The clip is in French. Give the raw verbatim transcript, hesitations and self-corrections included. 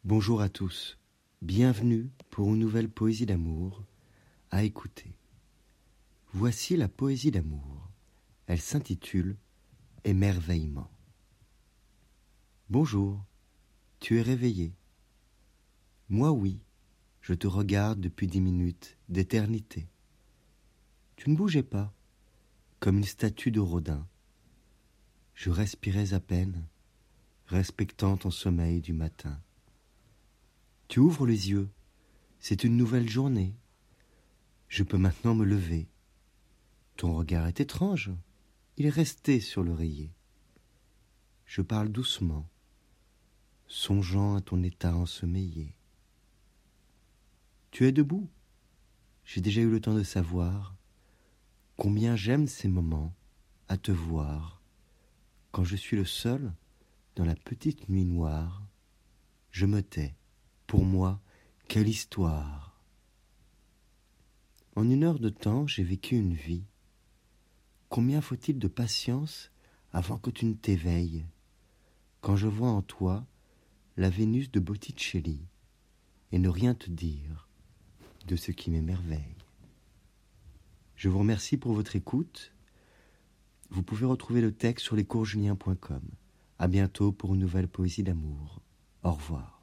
Bonjour à tous, bienvenue pour une nouvelle poésie d'amour à écouter. Voici la poésie d'amour, elle s'intitule « Émerveillement ». Bonjour, tu es réveillé. Moi oui, je te regarde depuis dix minutes d'éternité. Tu ne bougeais pas, comme une statue de Rodin. Je respirais à peine, respectant ton sommeil du matin. Tu ouvres les yeux, c'est une nouvelle journée. Je peux maintenant me lever. Ton regard est étrange, il est resté sur l'oreiller. Je parle doucement, songeant à ton état ensommeillé. Tu es debout, j'ai déjà eu le temps de savoir combien j'aime ces moments à te voir. Quand je suis le seul dans la petite nuit noire, je me tais. Pour moi, quelle histoire! En une heure de temps, j'ai vécu une vie. Combien faut-il de patience avant que tu ne t'éveilles, quand je vois en toi la Vénus de Botticelli, et ne rien te dire de ce qui m'émerveille. Je vous remercie pour votre écoute. Vous pouvez retrouver le texte sur lescoursjulien point com. À bientôt pour une nouvelle poésie d'amour. Au revoir.